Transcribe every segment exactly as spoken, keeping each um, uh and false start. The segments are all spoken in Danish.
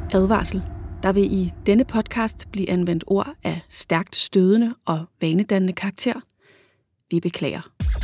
Advarsel. Der vil i denne podcast blive anvendt ord af stærkt stødende og vanedannende karakter. Vi beklager.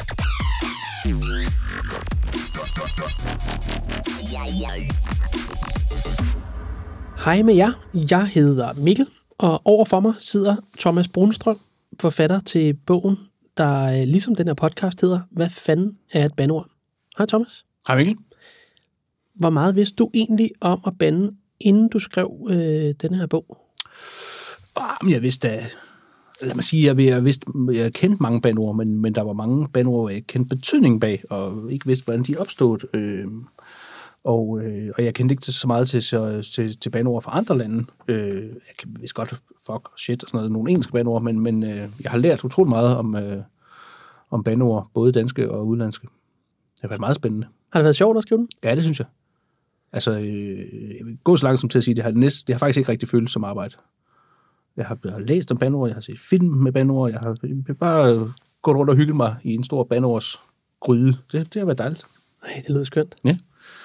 Hej med jer. Jeg hedder Mikkel, og overfor mig sidder Thomas Brunstrøm, forfatter til bogen, der ligesom den her podcast hedder, Hvad fanden er et bandeord? Hej Thomas. Hej Mikkel. Hvor meget vidste du egentlig om at bande, inden du skrev øh, denne her bog? Oh, jeg vidste, lad mig sige, jeg, jeg vidste, jeg kendte mange bandeord, men, men der var mange bandeord, hvor jeg kendte betydningen bag, og ikke vidste, hvordan de opstod. Øh, og, øh, og jeg kendte ikke så meget til, til, til bandeord fra andre lande. Øh, jeg vidste godt fuck, shit og sådan noget, nogle engelske bandeord, men, men øh, jeg har lært utroligt meget om, øh, om bandeord, både danske og udenlandske. Det har været meget spændende. Har det været sjovt at skrive den? Ja, det synes jeg. Altså, øh, jeg vil gå så langt som til at sige, at det har, næst, det har faktisk ikke rigtig følt som arbejde. Jeg har, jeg har læst om bandeord, jeg har set film med bandeord, jeg har, jeg har bare gået rundt og hygget mig i en stor bandeordsgryde. Det, det har været dejligt. Nej, det lyder skønt. Ja.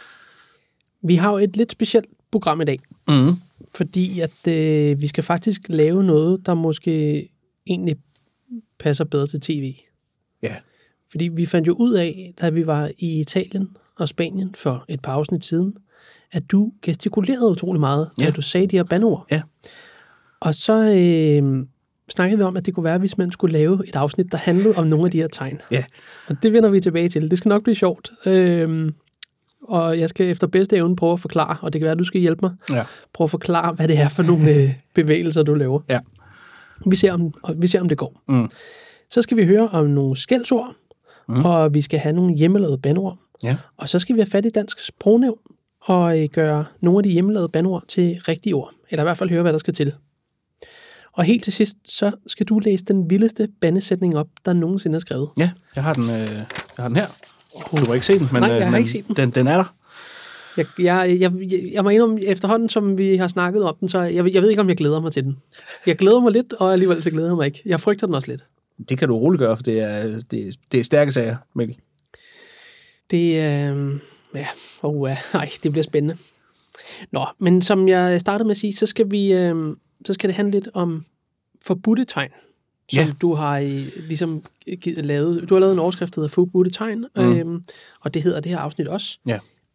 Vi har jo et lidt specielt program i dag, Mm. fordi at øh, vi skal faktisk lave noget, der måske egentlig passer bedre til tv. Ja. Fordi vi fandt jo ud af, da vi var i Italien og Spanien for et par afsnit siden, at du gestikulerede utrolig meget, ja. Da du sagde de her bandeord. Ja. Og så øh, snakkede vi om, at det kunne være, hvis man skulle lave et afsnit, der handlede om nogle af de her tegn. Ja. Og det vender vi tilbage til. Det skal nok blive sjovt. Øh, og jeg skal efter bedste evne prøve at forklare, og det kan være, at du skal hjælpe mig, Ja. prøve at forklare, hvad det er for nogle øh, bevægelser, du laver. Ja. Vi ser, om, vi ser, om det går. Mm. Så skal vi høre om nogle skældsord, mm. og vi skal have nogle hjemmelavede bandeord. Ja. Og så skal vi have fat i Dansk Sprognævn og gøre nogle af de hjemmelavede bandeord til rigtige ord. Eller i hvert fald høre, hvad der skal til. Og helt til sidst, så skal du læse den vildeste bandesætning op, der nogensinde er skrevet. Ja, jeg har den, øh, jeg har den her. Du må ikke se den, men, Nej, jeg har øh, men ikke set den. den. Den er der. Jeg, jeg, jeg, jeg må indrømme, efterhånden, som vi har snakket om den, så jeg, jeg ved ikke, om jeg glæder mig til den. Jeg glæder mig lidt, og alligevel så glæder jeg mig ikke. Jeg frygter den også lidt. Det kan du roligt gøre, for det er, det er, det er stærke sager, Mikkel. Det, øh, ja, oh, ja, nej, det bliver spændende. Nå, men som jeg startede med at sige, så skal vi, øh, så skal det handle lidt om forbudte tegn, som Ja. du har øh, ligesom givet, lavet. Du har lavet en overskrift, der hedder forbudte tegn, Mm. øh, og det hedder det her afsnit også. Ja.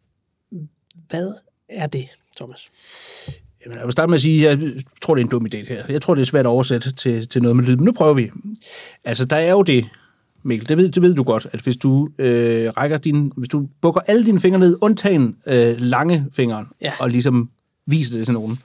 Hvad er det, Thomas? Jamen, jeg vil starte med at sige, at jeg tror, det er en dum idé her. Jeg tror, det er svært at oversætte til, til noget med lyd, men nu prøver vi. Altså, der er jo det, Mikkel, det ved, det ved du godt, at hvis du øh, rækker din, hvis du bukker alle dine fingre ned, undtagen øh, lange fingeren, Ja. og ligesom viser det til nogen,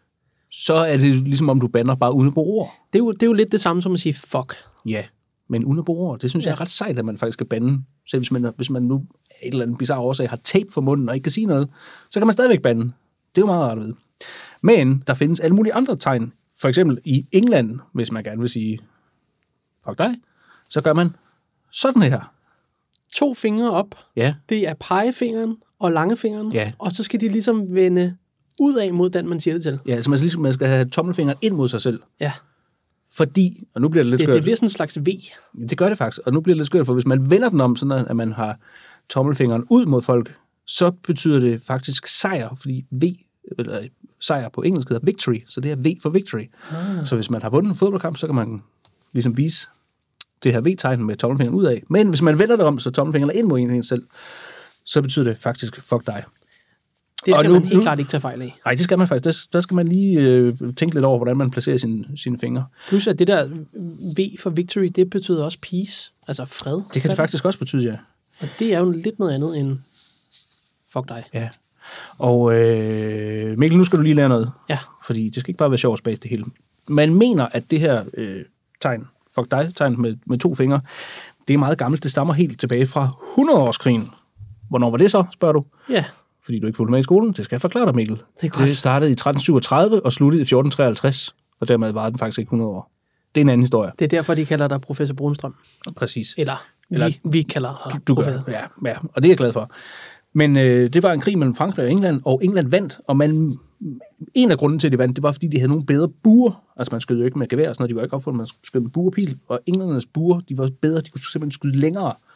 så er det ligesom om du bander bare uden at bruge ord. Det er, jo, det er jo lidt det samme som at sige fuck. Ja, men uden at bruge ord, det synes Ja. jeg er ret sejt, at man faktisk skal bande. Selv hvis man, hvis man nu af et eller andet bizarre årsag har tape for munden og ikke kan sige noget, så kan man stadigvæk bande. Det er jo meget rart at vide. Men der findes alle mulige andre tegn. For eksempel i England, hvis man gerne vil sige fuck dig, så gør man sådan her. To fingre op, Ja, det er pegefingeren og langefingeren, Ja. og så skal de ligesom vende ud af mod den, man siger det til. ja altså man skal, ligesom, man skal have tommelfingeren ind mod sig selv. Ja, Fordi, og nu bliver det lidt det, skørt. det bliver sådan en slags V. Det gør det faktisk, og nu bliver det lidt skørt, for hvis man vender den om, sådan at man har tommelfingeren ud mod folk, så betyder det faktisk sejr, fordi V, eller sejr på engelsk hedder victory, så det er V for victory. Ah. Så hvis man har vundet en fodboldkamp, så kan man ligesom vise det her V-tegn med tommelfingeren ud af. Men hvis man vender det om, så tommelfingeren er ind mod en selv, så betyder det faktisk fuck dig. Det skal Og nu- man helt nu- klart ikke tage fejl af. Nej, det skal man faktisk. Der, der skal man lige øh, tænke lidt over, hvordan man placerer sine, sine fingre. Plus at det der V for victory, det betyder også peace, altså fred. Det kan det faktisk også betyde, ja. Og det er jo lidt noget andet end fuck dig. Ja. Og øh, Mikkel, nu skal du lige lære noget. Ja. Fordi det skal ikke bare være sjov og spas det hele. Man mener, at det her øh, tegn, fuck dig, tegn med, med to fingre, det er meget gammelt. Det stammer helt tilbage fra hundrede-årskrigen. Hvornår var det så, spørger du? Ja, Fordi du ikke fulgte med i skolen. Det skal jeg forklare dig, Mikkel. Det er godt. Det startede i tretten syvogtredive og sluttede i fjorten treoghalvtreds. Og dermed var den faktisk ikke hundrede år. Det er en anden historie. det er derfor, de kalder dig professor Brunstrøm. Præcis. Eller, Eller vi, vi kalder dig Du gør, professor. ja, ja, og det er jeg glad for. Men øh, det var en krig mellem Frankrig og England, og England vandt, og man, en af grunden til, at de vandt, det var, fordi de havde nogle bedre buer. Altså, man skød jo ikke med gevær, og sådan noget, de var ikke opfundet, man skød med buer og pil, og englændernes buer, de var bedre, de kunne simpelthen skyde længere.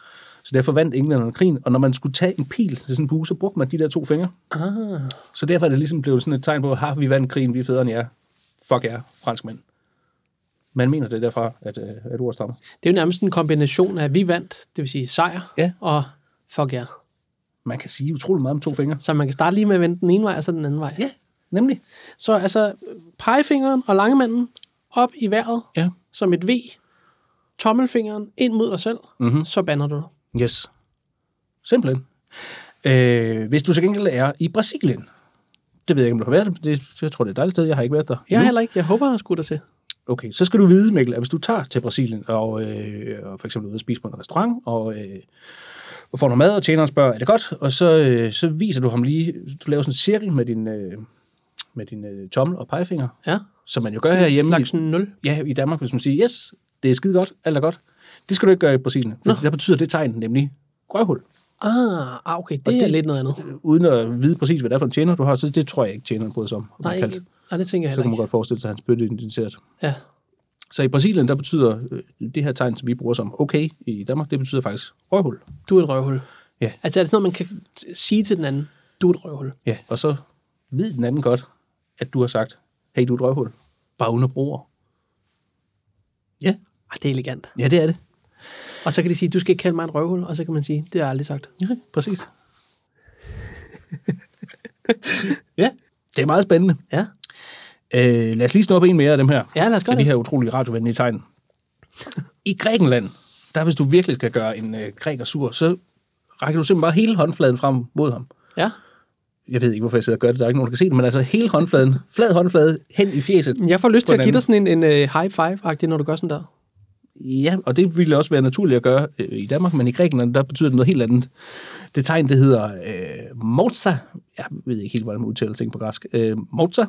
Så derfor vandt englænderne krigen, og når man skulle tage en pil til sådan en bue, så brugte man de der to fingre. Ah. Så derfor er det ligesom blevet sådan et tegn på, at vi vandt krigen, vi er federe end jer. Fuck jer, franskmænd. Man mener det derfra, at, at ordet stammer. Det er jo nærmest en kombination af, vi vandt, det vil sige sejr, ja. og fuck jer. Man kan sige utrolig meget om to fingre. Så man kan starte lige med at vende den ene vej, og så den anden vej. Ja, nemlig. Så altså, pegefingeren og langemanden op i vejret, ja. som et V. Tommelfingeren ind mod dig selv, mm-hmm. så bander du. Yes. Simpelthen. Øh, hvis du så gengæld er i Brasilien, det ved jeg ikke, om du har været det, jeg tror, det er et dejligt sted, jeg har ikke været der. Jeg har heller ikke, jeg håber, jeg skulle der til. Okay, så skal du vide, Mikkel, at hvis du tager til Brasilien, og, øh, og for eksempel ud og spise på en restaurant, og, øh, og får noget mad, og tjeneren spørger, er det godt? Og så, øh, så viser du ham lige, du laver sådan en cirkel med din, øh, med din øh, tommel og pegefinger, ja. som man jo gør herhjemme. En slags nul. Ja, i Danmark, hvis man siger, yes, det er skide godt, alt er godt. Det skal du ikke gøre i Brasilien, for der betyder det tegn nemlig røvhul. Ah, okay, det, det er lidt noget andet. Uden at vide præcis, hvad det er for en tjener, du har, så det tror jeg ikke, tjeneren bryder sig om. Nej, ikke, nej, det tænker jeg heller ikke. Så kan man godt forestille sig, at han spytte identificeret. Ja. Så i Brasilien, der betyder øh, det her tegn, som vi bruger som okay i Danmark, det betyder faktisk røvhul. Du er et røvhul. Ja. Altså er det sådan noget, man kan sige til den anden, du er et røvhul? Ja, og så ved den anden godt, at du har sagt, hey, du er et røvhul. Bare uden at bruge. Ja. Ah, det er elegant. Ja, det er det. Og så kan de sige, du skal ikke kalde mig en røvhul, og så kan man sige, det har jeg aldrig sagt. Ja, præcis. Ja, det er meget spændende. Ja. Øh, lad os lige snuppe en mere af dem her. Ja, lad os gøre det. De her utrolige radiovenlige tegn. I Grækenland, der hvis du virkelig skal gøre en øh, græker sur, så rækker du simpelthen bare hele håndfladen frem mod ham. Ja. Jeg ved ikke, hvorfor jeg sidder og gør det, der er ikke nogen, der kan se det, men altså hele håndfladen, flad håndflade, hen i fjeset. Jeg får lyst til at give dig sådan en, en uh, high five-agtig, når du gør sådan der. Ja, og det ville også være naturligt at gøre øh, i Danmark, men i Grækenland, der betyder det noget helt andet. Det tegn, det hedder øh, Motsa. Jeg ved ikke helt, hvordan man udtaler ting på græsk. Øh, Motsa.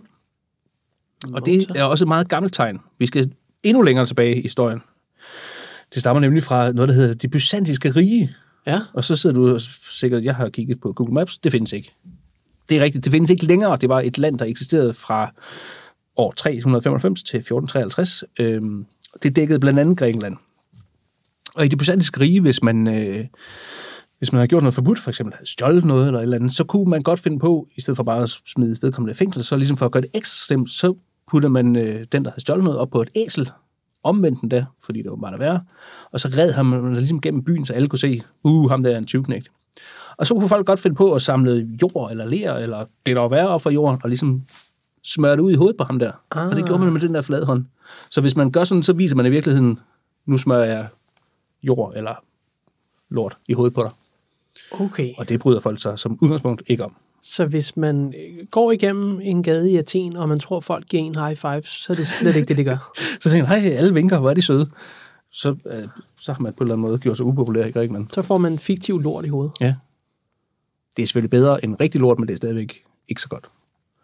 Og det er også et meget gammelt tegn. Vi skal endnu længere tilbage i historien. Det stammer nemlig fra noget, der hedder det byzantinske rige. Ja. Og så sidder du sikkert, jeg har kigget på Google Maps, det findes ikke. Det er rigtigt, det findes ikke længere. Det var et land, der eksisterede fra år tre hundrede femoghalvfems til fjorten treoghalvtreds. Øhm, det dækkede blandt andet Grækenland. Og i det byzantinske rige, hvis man, øh, hvis man havde gjort noget forbudt, for eksempel havde stjålet noget eller et eller andet, så kunne man godt finde på, i stedet for bare at smide vedkommende i fængsel, så ligesom for at gøre det ekstra slemt, så putter man øh, den, der havde stjålet noget, op på et æsel, omvendt den der, fordi det var bare der værre, og så red ham ligesom gennem byen, så alle kunne se, uh, ham der er en tyveknægt. Og så kunne folk godt finde på at samle jord eller ler, eller det der var værre op for jorden, og ligesom smøre det ud i hovedet på ham der. Ah. Og det gjorde man med den der flade hånd. Så hvis man gør sådan, så viser man i virkeligheden, nu smører jeg jord eller lort i hovedet på dig. Okay. Og det bryder folk sig som udgangspunkt ikke om. Så hvis man går igennem en gade i Athen, og man tror, folk giver en high five, så er det slet ikke det, de gør. Så tænker man, hej, alle vinker, hvor er de søde. Så, øh, så har man på en eller anden måde gjort sig upopulær i Grækenland. Så får man fiktiv lort i hovedet. Ja. Det er selvfølgelig bedre end rigtig lort, men det er stadigvæk ikke så godt.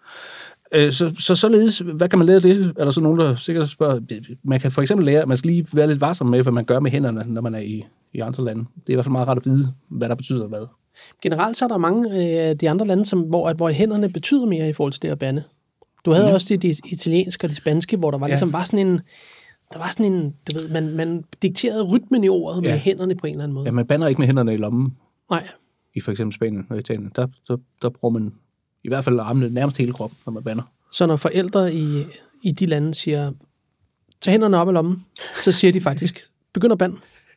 Øh, så, så således, hvad kan man lære af det? Er der så nogen, der sikkert spørger? Man kan for eksempel lære, at man skal lige være lidt varsom med, hvad man gør med hænderne, når man er i, i andre lande. Det er i hvert fald meget rart at vide, hvad der betyder hvad. Generelt så er der mange af øh, de andre lande, som, hvor, at, hvor hænderne betyder mere i forhold til det at bande. Du havde ja. også det, det italienske og det spanske, hvor der var ja. ligesom bare sådan en... Der var sådan en, du ved, man, man dikterede rytmen i ordet ja. med hænderne på en eller anden måde. Ja, man bander ikke med hænderne i lommen. Nej. I for eksempel Spanien og Italien. Der, der, der bruger man i hvert fald armene nærmest hele kroppen, når man bander. Så når forældre i, i de lande siger, tag hænderne op i lommen, så siger de faktisk, begynd at bande.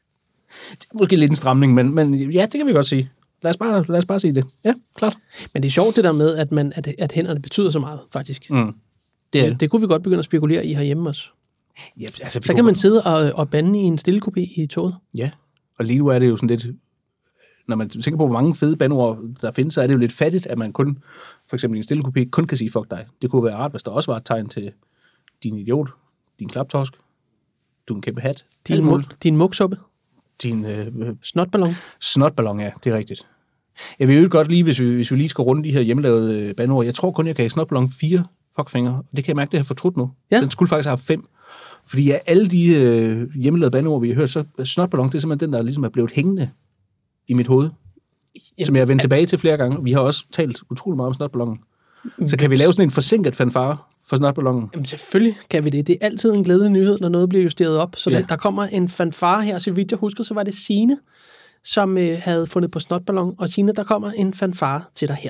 Det er måske lidt en stramning, men, men ja, det kan vi godt sige. Lad os bare, lad os bare sige det. Ja, klart. Men det er sjovt det der med, at, man, at, at hænderne betyder så meget, faktisk. Mm. Det, er det. Det, det kunne vi godt begynde at spekulere i herhjemme også. Ja, altså, så kan man sidde og, og bande i en stillekupé i toget. Ja, og lige nu er det jo sådan lidt, når man tænker på, hvor mange fede bandeord der findes, så er det jo lidt fattigt, at man kun, for eksempel i en stillekupé, kun kan sige fuck dig. Det kunne være rart, hvis der også var et tegn til din idiot, din klaptorsk, du er en kæmpe hat. Din, mug, din mugsuppe. Din øh, snotballon. Snotballon, ja, det er rigtigt. Jeg vil jo godt lige, hvis vi, hvis vi lige skal runde de her hjemmelavede øh, bandeord. Jeg tror kun, jeg kan have snotballon fire fuckfingre, og det kan jeg mærke, det har fortrudt nu. Ja. Den skulle faktisk have fem. Fordi af alle de øh, hjemmelavede bandeord, vi har hørt, så snotballon, det er simpelthen den, der ligesom er blevet hængende i mit hoved. Jamen, som jeg har vendt tilbage til flere gange. Vi har også talt utrolig meget om snotballonen. Så kan vi lave sådan en forsinket fanfare for snotballonen? Jamen selvfølgelig kan vi det. Det er altid en glædelig nyhed, når noget bliver justeret op. Så ja. der, der kommer en fanfare her, så vidt jeg husker, så var det Signe, som øh, havde fundet på snotballon. Og Tine, der kommer en fanfare til dig her.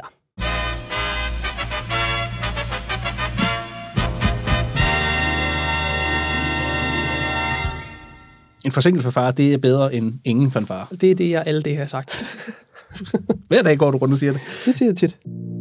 En forsinket fanfare, det er bedre end ingen fanfare. Det er det, jeg alle det har sagt. Hver dag går du rundt og siger det. Det siger jeg tit.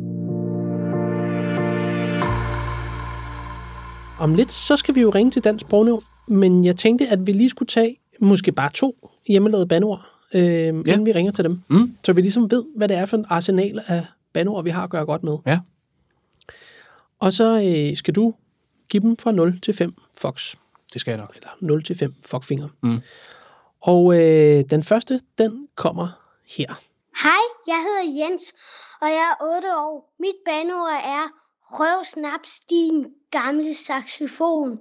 Om lidt, så skal vi jo ringe til Dansk Sprognævn, men jeg tænkte, at vi lige skulle tage måske bare to hjemmelavede bandeord, øh, ja. inden vi ringer til dem. Mm. Så vi ligesom ved, hvad det er for en arsenal af bandeord, vi har at gøre godt med. Ja. Og så øh, skal du give dem fra nul til fem fox. Det skal jeg nok. Eller nul til fem fuckfinger. Mm. Og øh, den første, den kommer her. Hej, jeg hedder Jens, og jeg er otte år. Mit bandeord er røv, snaps, din gamle saxofon.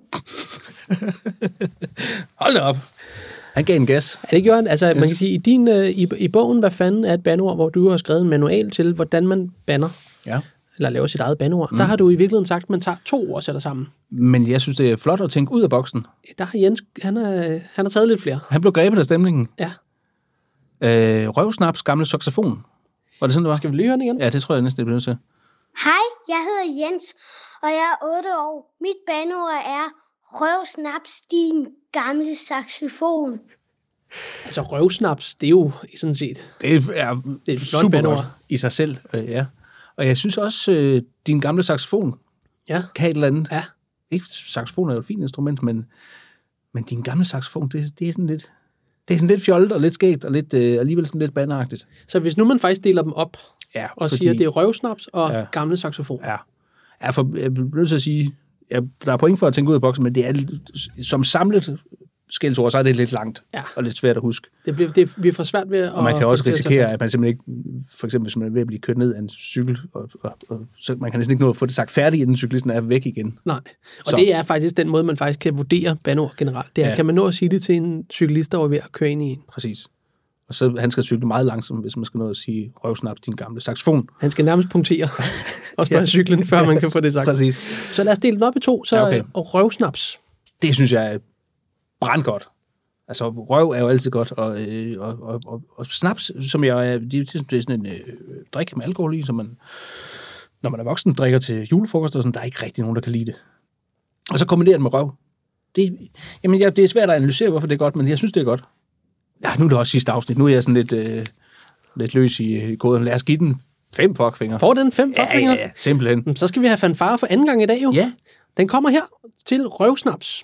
Hold da op. Han gav en gas. Ja, det gjorde han. Altså, man kan sige, i, din, øh, i, i bogen, hvad fanden er et bandeord, hvor du har skrevet en manual til, hvordan man banner, ja. eller laver sit eget bandeord, mm. der har du i virkeligheden sagt, at man tager to ord og sætter sammen. Men jeg synes, det er flot at tænke ud af boksen. Der har Jens, han, er, han har taget lidt flere. Han blev grebet af stemningen. Ja. Øh, røvsnaps, gamle saxofon. Var det sådan, det var? Skal vi lige høre den igen? Ja, det tror jeg næsten, det bliver nødt til. Hej, jeg hedder Jens, og jeg er otte år. Mit bandeord er røv, snaps, din gamle saxofon. Altså røvsnaps, det er jo sådan set... Det er, det er super godt i sig selv, øh, ja. Og jeg synes også, øh, din gamle saxofon ja. kan et eller andet. Ja. Ikke, saxofon er jo et fint instrument, men, men din gamle saxofon, det, det er sådan lidt... Det er sådan lidt fjollet og lidt skægt og lidt, øh, alligevel sådan lidt banderagtigt. Så hvis nu man faktisk deler dem op ja, og fordi, siger, at det er røvsnaps og ja. gamle saxofon. Ja, ja for jeg bliver nødt til at sige, ja, der er point for at tænke ud af boksen, men det er som samlet skældsord, så er det lidt langt ja. og lidt svært at huske. Det bliver, det bliver for svært ved at... Og man kan også risikere, at man simpelthen ikke, for eksempel hvis man er ved at blive kørt ned af en cykel, og, og, og, så man kan næsten ikke nå at få det sagt færdigt, inden cyklisten er væk igen. Nej, og så. Det er faktisk den måde, man faktisk kan vurdere bandeord generelt. Det er, ja. kan man nå at sige det til en cyklist, der er ved at køre ind i en. Præcis. Og så han skal cykle meget langsomt, hvis man skal nå at sige røvsnaps, din gamle saxofon. Han skal nærmest punktere og stå ja. i cyklen, før man kan få det sagt. Præcis. Så lad os dele den op i to, så ja, okay. og røvsnaps. Det synes jeg er brandgodt. Altså, røv er jo altid godt, og, øh, og, og, og, og snaps, som jeg er, det, det er sådan en øh, drik med alkohol i, som man, når man er voksen, drikker til julefrokost, og sådan, der er ikke rigtig nogen, der kan lide det. Og så kombinerer det med røv. Det, jamen, ja, det er svært at analysere, hvorfor det er godt, men jeg synes, det er godt. Ja, nu er det også sidste afsnit. Nu er jeg sådan lidt, øh, lidt løs i, i koden. Lad os give den fem fuckfinger. Får den fem fuckfinger? Ja, ja, ja, simpelthen. Så skal vi have fanfare for anden gang i dag, jo. Ja. Den kommer her til røvsnaps.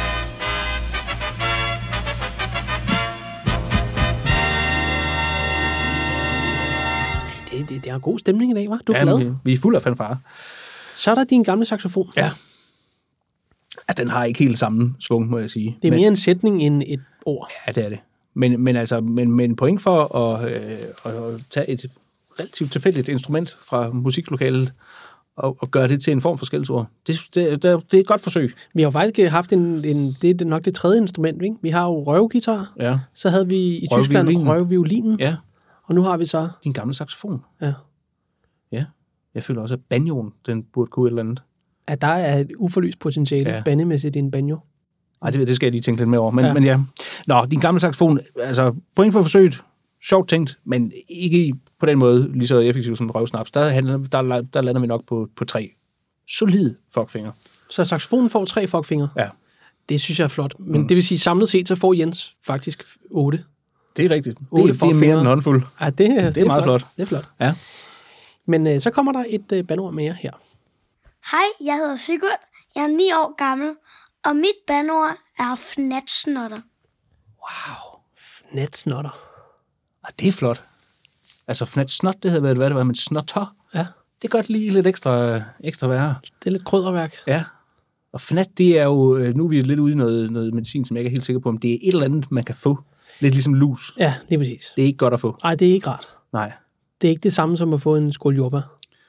Det, det, det er en god stemning i dag, hva'? Du er ja, glad? Vi, vi er fuld af fanfare. Så er der din gamle saxofon. Ja. Altså, den har ikke helt samme svung, må jeg sige. Det er men, mere en sætning end et ord. Ja, det er det. Men, men altså, men, men point for at, øh, at tage et relativt tilfældigt instrument fra musiklokalet og, og gøre det til en form for skældsord. Det, det, det, det er et godt forsøg. Vi har jo faktisk haft en, en det er nok det tredje instrument, ikke? Vi har jo røvgitar. Ja. Så havde vi i Tyskland røvviolinen. Ja. Og nu har vi så... Din gamle saxofon. Ja. Ja. Jeg føler også, at banjoen, den burde kunne et eller andet. At der er et uforlyst potentiale ja. bandemæssigt i en banjo. Nej, det, det skal jeg lige tænke lidt mere over. Men ja. men ja. Nå, din gamle saxofon, altså point for forsøget, sjovt tænkt, men ikke på den måde lige så effektivt som røvsnaps. Der, der, der lander vi nok på, på tre solide fuckfinger. Så saxofonen får tre fuckfinger? Ja. Det synes jeg er flot. Men mm. det vil sige, samlet set, så får Jens faktisk otte. Det er rigtigt. Det, det er mere end en håndfuld. Ja, det, det, det er meget flot. flot. Det er flot. Ja. Men øh, så kommer der et øh, bandord mere her. Hej, jeg hedder Sigurd. Jeg er ni år gammel, og mit bandord er fnatsnotter. Wow, fnatsnotter. Ah, det er flot. Altså fnatsnot, det havde været, hvad det var, men snotter. Ja. Det er godt lige lidt ekstra, ekstra værre. Det er lidt krydderværk. Ja. Og fnat, det er jo, nu er vi lidt ude i noget, noget medicin, som jeg ikke er helt sikker på, om det er et eller andet, man kan få. Lidt ligesom lus. Ja, lige præcis. Det er ikke godt at få. Nej, det er ikke rart. Nej. Det er ikke det samme som at få en skål jordbær.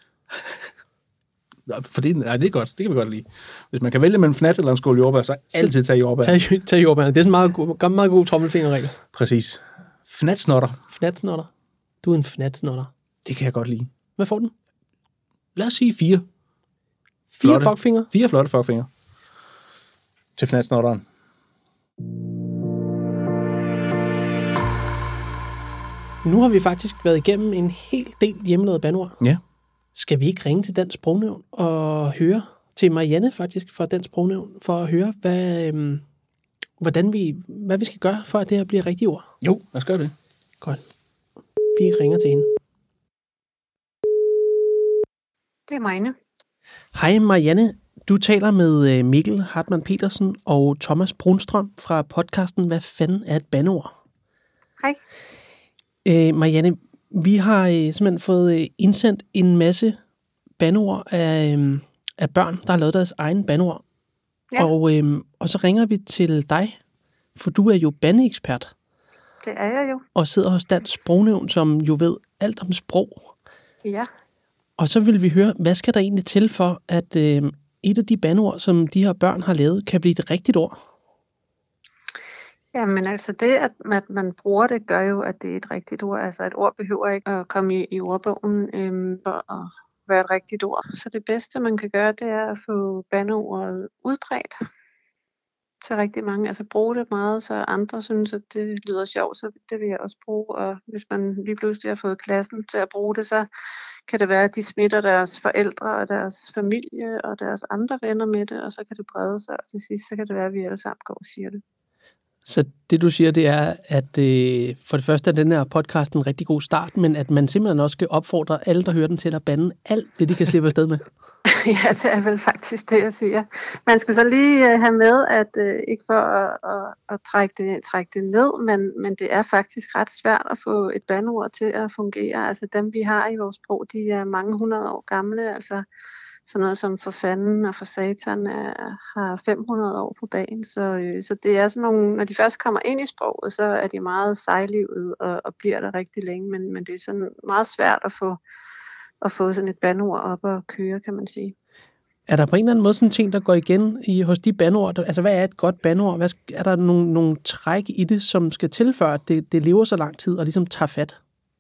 For det, nej, det er godt. Det kan vi godt lide. Hvis man kan vælge mellem fnat eller en skål jordbær, så altid tage jordbær. Tag, tag jordbær. Det er sådan en meget god, meget god tommelfingerregel. Præcis. Fnatsnotter. Fnatsnotter. Du er en fnatsnotter. Det kan jeg godt lide. Hvad får den? Lad os sige fire. Fire fuckfinger? Fire flotte fuckfinger. Til fnatsnotteren. Nu har vi faktisk været igennem en hel del hjemmelavede bandeord. Ja. Skal vi ikke ringe til Dansk Sprognævn og høre til Marianne faktisk fra Dansk Sprognævn, for at høre, hvad, øhm, hvordan vi, hvad vi skal gøre, for at det her bliver rigtige ord? Jo, lad os gøre det. Godt. Vi ringer til hende. Det er Marianne. Hej Marianne, du taler med Mikkel Hartmann Petersen og Thomas Brunstrøm fra podcasten Hvad fanden er et bandeord? Hej. Øh, Marianne, vi har øh, simpelthen fået øh, indsendt en masse bandeord af, øh, af børn, der har lavet deres egen bandeord. Ja. Og, øh, og så ringer vi til dig, for du er jo bandeekspert Det er jeg jo. og sidder hos Dansk Sprognævn, som jo ved alt om sprog. Ja. Og så vil vi høre, hvad skal der egentlig til for, at øh, et af de bandeord, som de her børn har lavet, kan blive et rigtigt ord? Jamen altså det, at, at man bruger det, gør jo, at det er et rigtigt ord. Altså et ord behøver ikke at komme i, i ordbogen øhm, for at være et rigtigt ord. Så det bedste, man kan gøre, det er at få bandeordet udbredt til rigtig mange. Altså bruge det meget, så andre synes, at det lyder sjovt, så det vil jeg også bruge. Og hvis man lige pludselig har fået klassen til at bruge det, så kan det være, at de smitter deres forældre og deres familie og deres andre venner med det, og så kan det brede sig, og til sidst så kan det være, at vi alle sammen går og siger det. Så det, du siger, det er, at øh, for det første er den her podcast en rigtig god start, men at man simpelthen også skal opfordre alle, der hører den, til at bande alt det, de kan slippe afsted med. Ja, det er vel faktisk det, jeg siger. Man skal så lige uh, have med, at uh, ikke for at, at, at trække, det, trække det ned, men, men det er faktisk ret svært at få et bandeord til at fungere. Altså dem, vi har i vores sprog, de er mange hundrede år gamle. Altså sådan noget som for fanden og for satan er, har fem hundrede år på bagen. Så, øh, så det er sådan nogle, når de først kommer ind i sproget, så er de meget sejlivet og, og bliver der rigtig længe. Men, men det er sådan meget svært at få at få sådan et bandeord op og køre, kan man sige. Er der på en eller anden måde sådan en ting, der går igen i, hos de bandeord? Altså, hvad er et godt bandeord? Hvad, er der nogle, nogle træk i det, som skal tilføre, at det, det lever så lang tid og ligesom tager fat?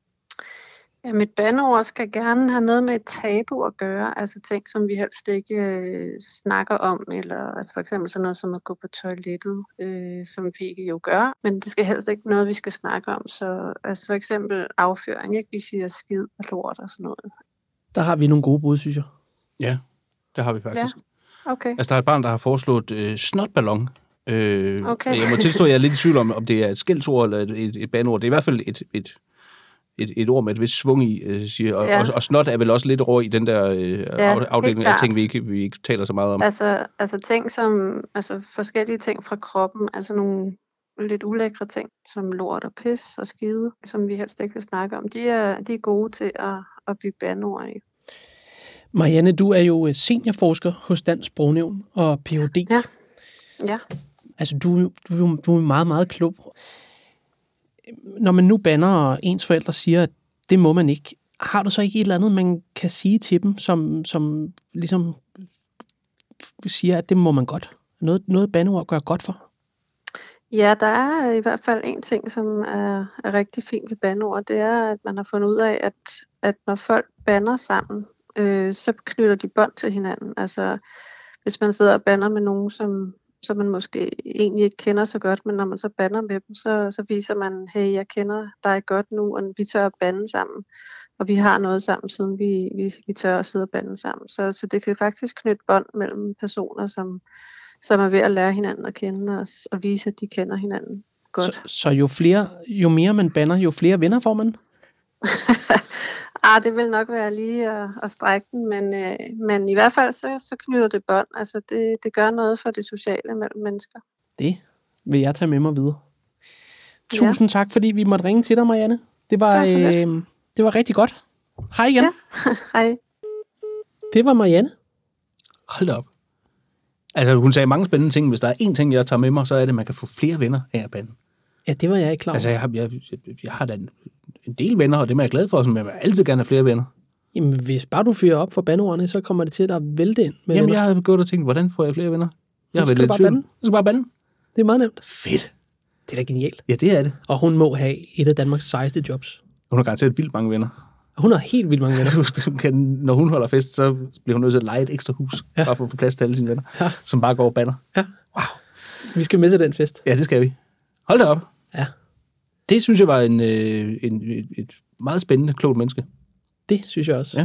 Jamen, et bandeord skal gerne have noget med et tabu at gøre, altså ting, som vi helst ikke øh, snakker om, eller altså for eksempel sådan noget som at gå på toilettet, øh, som vi ikke jo gør, men det skal helst ikke noget, vi skal snakke om, så altså for eksempel afføring, ikke? Vi siger skid og lort og sådan noget. Der har vi nogle gode bud, synes jeg. Ja, det har vi faktisk. Ja. Okay. Altså, der er et barn, der har foreslået øh, snotballon. Øh, Okay. Jeg må tilstå, at jeg er lidt i tvivl om, om det er et skældsord eller et, et, et bandeord. Det er i hvert fald et, et, et, et ord med et vist svung i, øh, siger. Og, Ja. og, og snot er vel også lidt over i den der øh, Ja, af, afdeling helt af klart. ting, vi ikke, vi ikke taler så meget om. Altså, altså ting som, altså forskellige ting fra kroppen, altså nogle lidt ulækre ting, som lort og pis og skide, som vi helst ikke vil snakke om, de er, de er gode til at, at blive bandeord i. Marianne, du er jo seniorforsker hos Dansk Sprognævn og P H D. Ja. Ja. Altså, du, du, du er meget, meget klog. Når man nu banner, og ens forældre siger, at det må man ikke, har du så ikke et eller andet, man kan sige til dem, som, som ligesom siger, at det må man godt? Noget, noget bandeord gør godt for? Ja, der er i hvert fald en ting, som er, er rigtig fint ved bandeord. Det er, at man har fundet ud af, at, at når folk bander sammen, øh, så knytter de bånd til hinanden. Altså, hvis man sidder og bander med nogen, som, som man måske egentlig ikke kender så godt, men når man så bander med dem, så, så viser man, hey, jeg kender dig godt nu, og vi tør at bande sammen. Og vi har noget sammen, siden vi, vi, vi tør at sidde og bande sammen. Så, så det kan faktisk knytte bånd mellem personer, som som er ved at lære hinanden at kende og, og vise, at de kender hinanden godt. Så, så jo, flere, jo mere man banner, jo flere venner får man? ah, det vil nok være lige at, at strække den, men, øh, men i hvert fald så, så knytter det bånd. Altså det, det gør noget for det sociale mellem mennesker. Det vil jeg tage med mig videre. Tusind ja. tak, fordi vi måtte ringe til dig, Marianne. Det var, det var, øh, det var rigtig godt. Hej igen. Ja. Hej. Det var Marianne. Hold da op. Altså, hun sagde mange spændende ting. Hvis der er én ting, jeg tager med mig, så er det, at man kan få flere venner af at bande. Ja, det var jeg ikke klar over. Altså, jeg har, jeg, jeg, jeg har da en, en del venner, og det er jeg glad for, men jeg vil altid gerne have flere venner. Jamen, hvis bare du fyrer op for bandeordene, så kommer det til at vælte ind med Jamen, venner. jeg har gået og tænkt, hvordan får jeg flere venner? Jeg har skal været du lidt bare tvivl. bande. Jeg skal bare bande. Det er meget nemt. Fedt. Det er da genialt. Ja, det er det. Og hun må have et af Danmarks sejeste jobs. Hun har garanteret vildt mange venner. Hun har helt vildt mange venner. Når hun holder fest, så bliver hun nødt til at lege et ekstra hus, ja. Bare for at få plads til alle sine venner, ja. Som bare går og banner. Ja. Wow. Vi skal med til den fest. Ja, det skal vi. Hold da op. Ja. Det synes jeg var en, øh, en, et, et meget spændende, klogt menneske. Det synes jeg også. Ja.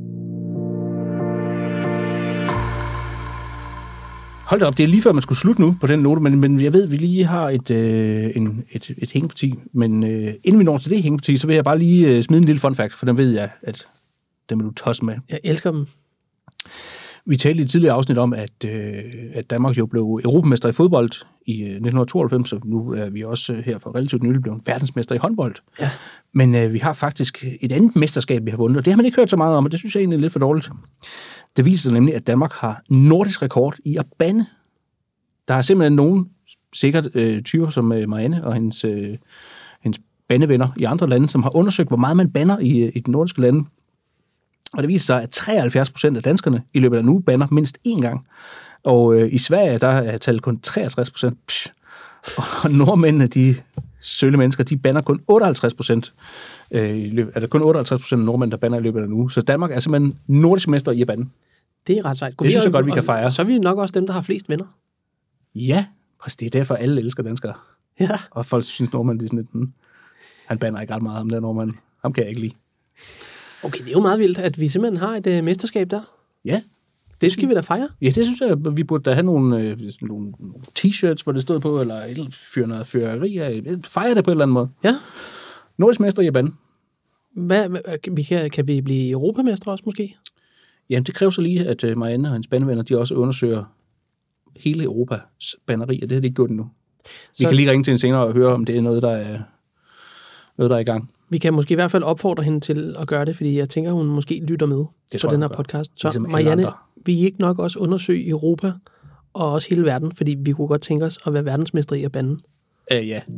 Hold da op, det er lige før, man skulle slutte nu på den note, men, men jeg ved, at vi lige har et, øh, en, et, et hængeparti. Men øh, inden vi når til det hængeparti, så vil jeg bare lige øh, smide en lille fun fact, for den ved jeg, at den vil du tosse med. Jeg elsker dem. Vi talte i et tidligere afsnit om, at, øh, at Danmark jo blev europamester i fodbold i øh, nitten tooghalvfems, og nu er vi også øh, her for relativt nylig blevet verdensmester i håndbold. Ja. Men øh, vi har faktisk et andet mesterskab, vi har vundet, og det har man ikke hørt så meget om, og det synes jeg egentlig er lidt for dårligt. Det viser sig nemlig, at Danmark har nordisk rekord i at bande. Der er simpelthen nogen, sikkert øh, typer som øh, Marianne og hendes, øh, hendes bandevenner i andre lande, som har undersøgt, hvor meget man bander i, i de nordiske lande. Og det viser sig, at treoghalvfjerds procent af danskerne i løbet af en uge bander mindst én gang. Og øh, i Sverige, der er tallet kun treogtres procent. Og nordmændene, de sølle mennesker, de bander kun otteoghalvtreds procent. Øh, i løbet, er der kun otteoghalvtreds procent af nordmænd, der bander i løbet af en uge. Så Danmark er simpelthen nordisk mester i at bande. Det er ret sejt. Det synes jeg godt, vi kan fejre. Så er vi nok også dem, der har flest venner. Ja, præcis. Det er derfor, alle elsker danskere. Ja. Og folk synes, nordmænd, de er sådan lidt, hmm, han bander ikke ret meget om den nordmand. Ham kan jeg ikke lide. Okay, det er jo meget vildt, at vi simpelthen har et øh, mesterskab der. Ja. Det skal vi da fejre. Ja, det synes jeg, vi burde da have nogle, øh, nogle t-shirts, hvor det stod på, eller et fyre noget fyreri af. Fejre det på en eller anden måde. Ja. Nordisk mester i bande. Hvad, hvad, vi kan, kan vi blive europamestre også måske? Jamen, det kræver så lige, at øh, Marianne og hendes bandevenner, de også undersøger hele Europas banderi, og det har de ikke gjort endnu. Vi så kan lige ringe til hende senere og høre, om det er noget, der er, noget, der er i gang. Vi kan måske i hvert fald opfordre hende til at gøre det, fordi jeg tænker, hun måske lytter med det på den her podcast. Så ligesom Marianne, vi ikke nok også undersøge Europa og også hele verden, fordi vi kunne godt tænke os at være verdensmester i at bande. Øh, ja.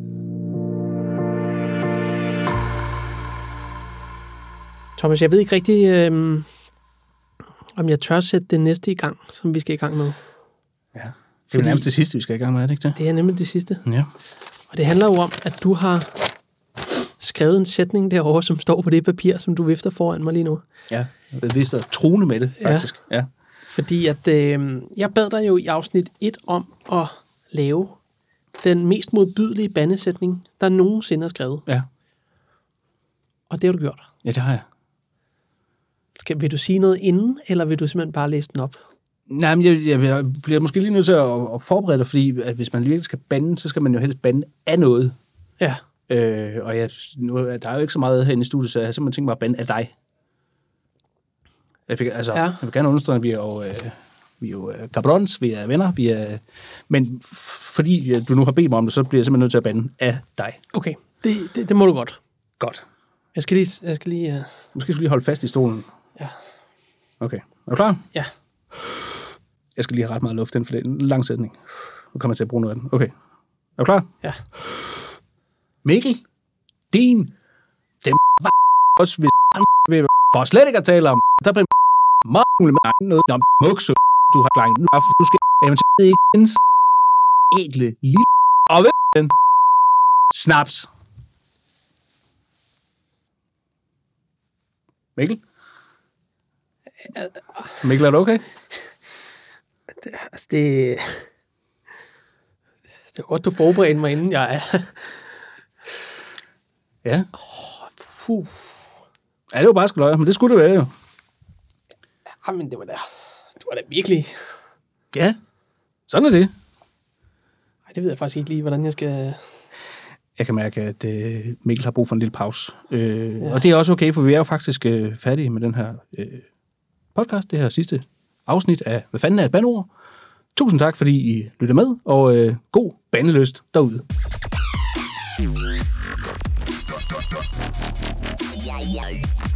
Thomas, jeg ved ikke rigtig, øh, om jeg tør sætte det næste i gang, som vi skal i gang med. Ja, det er jo nærmest det sidste, vi skal i gang med, er det ikke det? Det er nemlig det sidste. Ja. Og det handler jo om, at du har skrevet en sætning derovre, som står på det papir, som du vifter foran mig lige nu. Ja, jeg vifter truende med det, faktisk. Ja. Ja. Fordi at øh, jeg bad dig jo i afsnit et om at lave den mest modbydelige bandesætning, der nogensinde er skrevet. Ja. Og det har du gjort. Ja, det har jeg. Skal, vil du sige noget inden, eller vil du simpelthen bare læse den op? Nej, men jeg, jeg, jeg bliver måske lige nødt til at, at forberede dig, fordi at hvis man virkelig skal bande, så skal man jo helst bande af noget. Ja. Øh, og jeg, nu, der er jo ikke så meget herinde i studiet, så jeg har simpelthen tænkt mig at bande af dig. Jeg, fik, altså, ja. jeg vil gerne understrege, at vi er jo, øh, vi er jo øh, cabrons, vi er venner, vi er, men f- fordi du nu har bedt mig om det, så bliver jeg simpelthen nødt til at bande af dig. Okay, det, det, det må du godt. Godt. Jeg skal lige... Jeg skal lige uh... Måske skal du lige holde fast i stolen. Ja. Okay. Er du klar? Ja. Jeg skal lige have ret meget luft ind, for det er en lang sætning. Nu kommer jeg til at bruge noget af den. Okay. Er du klar? Ja. Mikkel, din, dem var også hvis han for slet ikke at tale om, der bliver meget med noget om mukse, du har klang. Nu er du skal, jamen så ved ikke, hendes ægle lille, og ved den, snaps. Mikkel? Mikkel, er du okay? Det, altså det... Det er godt, du forberedte mig, inden jeg er... Ja. Oh, fuh. Ja, det var bare skløjer, men det skulle det være jo. Ja, men det var da... Det var da virkelig... Ja, sådan er det. Ej, det ved jeg faktisk ikke lige, hvordan jeg skal... Jeg kan mærke, at øh, Mikkel har brug for en lille pause. Øh, ja. Og det er også okay, for vi er jo faktisk øh, færdige med den her øh, podcast, det her sidste afsnit af Hvad fanden er et bandord? Tusind tak, fordi I lytter med, og øh, god bandelyst derude. Yeah, yeah.